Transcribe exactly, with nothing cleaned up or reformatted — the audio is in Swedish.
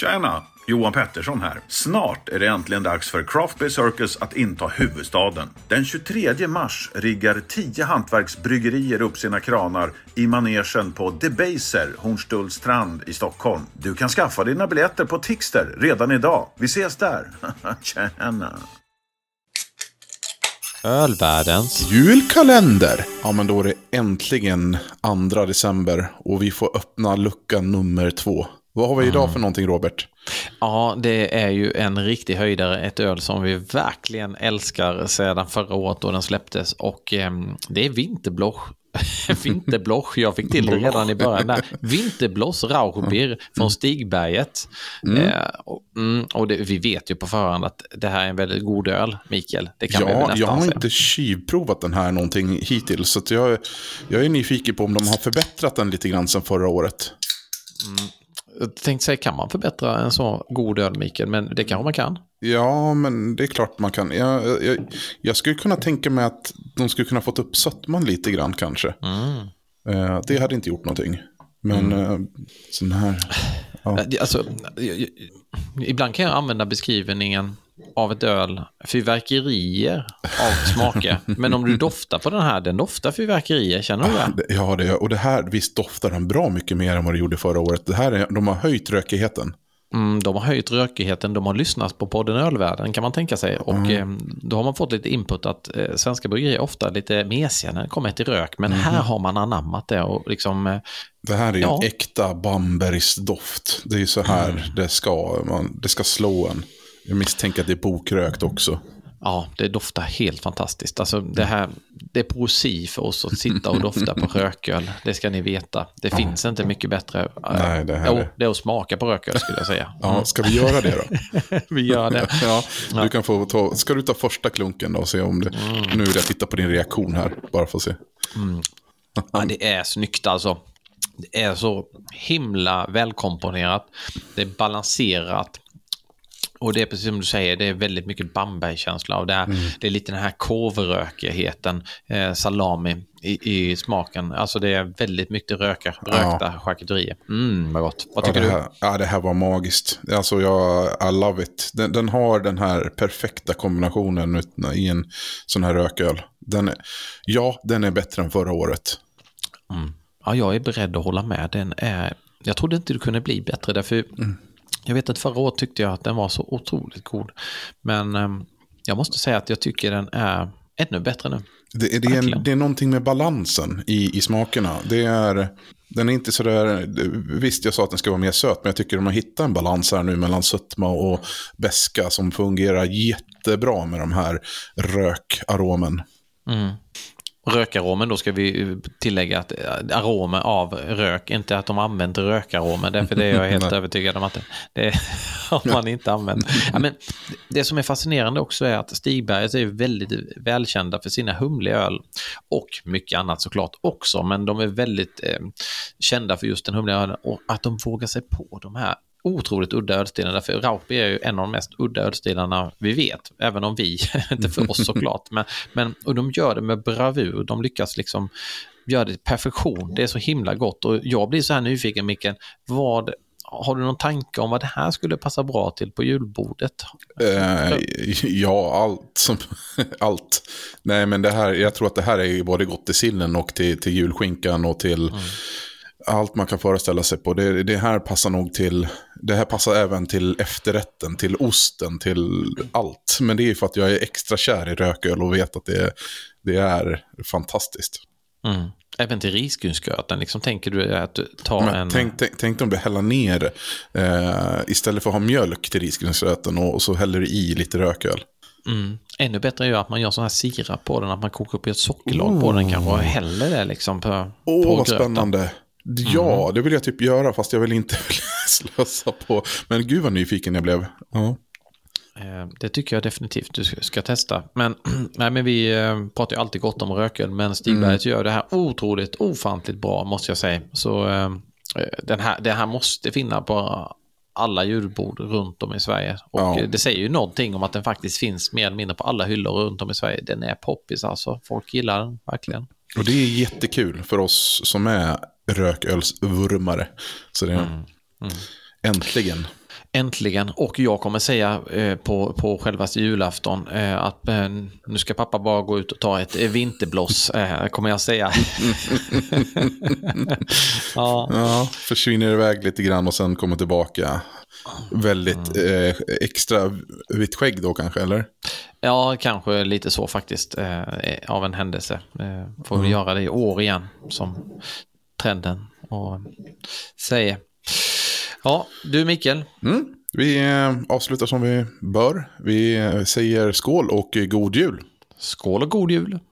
Tjena, Johan Pettersson här. Snart är det äntligen dags för Craft Beer Circus att inta huvudstaden. Den tjugotredje mars riggar tio hantverksbryggerier upp sina kranar i manegen på Debaser, Hornstullstrand i Stockholm. Du kan skaffa dina biljetter på Tixter redan idag. Vi ses där. Tjena. Ölvärldens julkalender. Ja, men då är det äntligen andra december och vi får öppna lucka nummer två. Vad har vi idag mm. för någonting, Robert? Ja, det är ju en riktig höjdare, ett öl som vi verkligen älskar sedan förra året då den släpptes, och eh, det är Vinterbloch. Vinterbloch, jag fick till det redan i början där. Vinterbloss Rauchbier från Stigberget. Mm. Eh, och mm, och det, vi vet ju på förhand att det här är en väldigt god öl, Mikael. Det kan ja, vi jag har säga. inte kivprovat den här någonting hittills, så att jag, jag är nyfiken på om de har förbättrat den lite grann sedan förra året. Mm. Jag tänkte säga, kan man förbättra en så god öl, Mikael? Men det kanske man kan. Ja, men det är klart man kan. Jag, jag, jag skulle kunna tänka mig att de skulle kunna fått upp sötman lite grann kanske. Mm. Uh, det hade inte gjort någonting. Men mm. uh, sån här... Ja. Alltså, ibland kan jag använda beskrivningen av ett öl, fyrverkerier av smaker. Men om du doftar på den här, den doftar fyrverkerier, känner du det? Ja, det, och det här, visst doftar den bra mycket mer än vad det gjorde förra året. Det här är, de har höjt rökigheten. Mm, de har höjt rökigheten, de har lyssnat på podden Ölvärlden, kan man tänka sig. Och mm. eh, då har man fått lite input att eh, svenska bryggerier är ofta lite mesiga när det kommer till rök. Men mm. här har man anammat det och liksom... Eh, det här är ja. en äkta Bambergs doft. Det är ju så här mm. det ska, man, det ska slå en. Jag misstänker att det är bokrökt också. Ja, det doftar helt fantastiskt. Alltså det här, det är poesi för oss att sitta och dofta på rököl. Det ska ni veta. Det ja. finns inte mycket bättre. Nej, det, här jo, är... det är att smaka på rököl, skulle jag säga. Mm. Ja, ska vi göra det då? Vi gör det. Ja, du kan få ta, ska du ta första klunken då och se om det... Mm. Nu vill jag titta på din reaktion här, bara för att se. Mm. Ja, det är snyggt alltså. Det är så himla välkomponerat. Det är balanserat. Och det är precis som du säger, det är väldigt mycket Bamberg-känsla av det här. Mm. Det är lite den här korvrökigheten, eh, salami i, i smaken. Alltså det är väldigt mycket röka, rökta ja. charkuterier. Mm, vad gott. Vad tycker ja, det här, du? Ja, det här var magiskt. Alltså jag, I love it. Den, den har den här perfekta kombinationen i en sån här rököl. Den är, ja, den är bättre än förra året. Mm. Ja, jag är beredd att hålla med. Den är, jag trodde inte det kunde bli bättre därför... Mm. Jag vet att förra året tyckte jag att den var så otroligt god. Men eh, jag måste säga att jag tycker den är ännu bättre nu. Det, det, är, en, det är någonting med balansen i, i smakerna. Det är, den är inte så där... Visst, jag sa att den ska vara mer söt, men jag tycker att de har hittat en balans här nu mellan sötma och beska som fungerar jättebra med de här rökaromen. Mm. Rökaromen, då ska vi tillägga att aromer av rök, inte att de använder rökaromer, därför det är jag helt övertygad om att det har man inte använt. Ja, men det som är fascinerande också är att Stigberget är väldigt välkända för sina humliga öl och mycket annat såklart också, men de är väldigt eh, kända för just den humliga ölen och att de vågar sig på de här otroligt udda ölstilarna, för Rauchbier är ju en av de mest udda ölstilarna vi vet, även om vi, inte för oss såklart, men, men och de gör det med bravur, de lyckas liksom göra det i perfektion, det är så himla gott och jag blir så här nyfiken, Mikael, vad, har du någon tanke om vad det här skulle passa bra till på julbordet? Eh, ja, allt som, allt. Nej, men det här, jag tror att det här är både gott till sillen och till, till julskinkan och till mm. allt man kan föreställa sig på. Det, det här passar nog till, det här passar även till efterrätten, till osten, till allt. Men det är för att jag är extra kär i rököl och vet att det, det är fantastiskt. Mm. Även till risgrynsgröten, liksom, tänker du att du tar Men en... Tänk, tänk, tänk om du häller ner eh, istället för att ha mjölk till risgrynsgröten och, och så häller du i lite rököl. Mm. Ännu bättre är ju att man gör sån här sirap på den, att man kokar upp ett sockerlag oh. på den kanske och häller det liksom på, oh, på vad gröten. Spännande. Ja, mm. det vill jag typ göra, fast jag vill inte slösa på. Men gud vad nyfiken jag blev. Ja. Det tycker jag definitivt du ska testa. Men, nej, men vi pratar ju alltid gott om rököl, men Stigberget mm. gör det här otroligt, ofantligt bra, måste jag säga. Så den här, det här måste finnas på alla julbord runt om i Sverige. Och ja. det säger ju någonting om att den faktiskt finns mer eller mindre på alla hyllor runt om i Sverige. Den är poppis alltså. Folk gillar den verkligen. Och det är jättekul för oss som är rökölsvurmare. Så det är mm. Mm. äntligen. Äntligen. Och jag kommer säga eh, på, på självaste julafton eh, att eh, nu ska pappa bara gå ut och ta ett eh, vinterblås, eh, kommer jag säga. ja. Ja, försvinner iväg lite grann och sen kommer tillbaka. Väldigt mm. eh, extra vitt skägg då kanske, eller? Ja, kanske lite så faktiskt eh, av en händelse. Eh, får vi mm. göra det i år igen som trenden och säger. Ja, du Mikael. Mm. Vi eh, avslutar som vi bör. Vi eh, säger skål och god jul. Skål och god jul.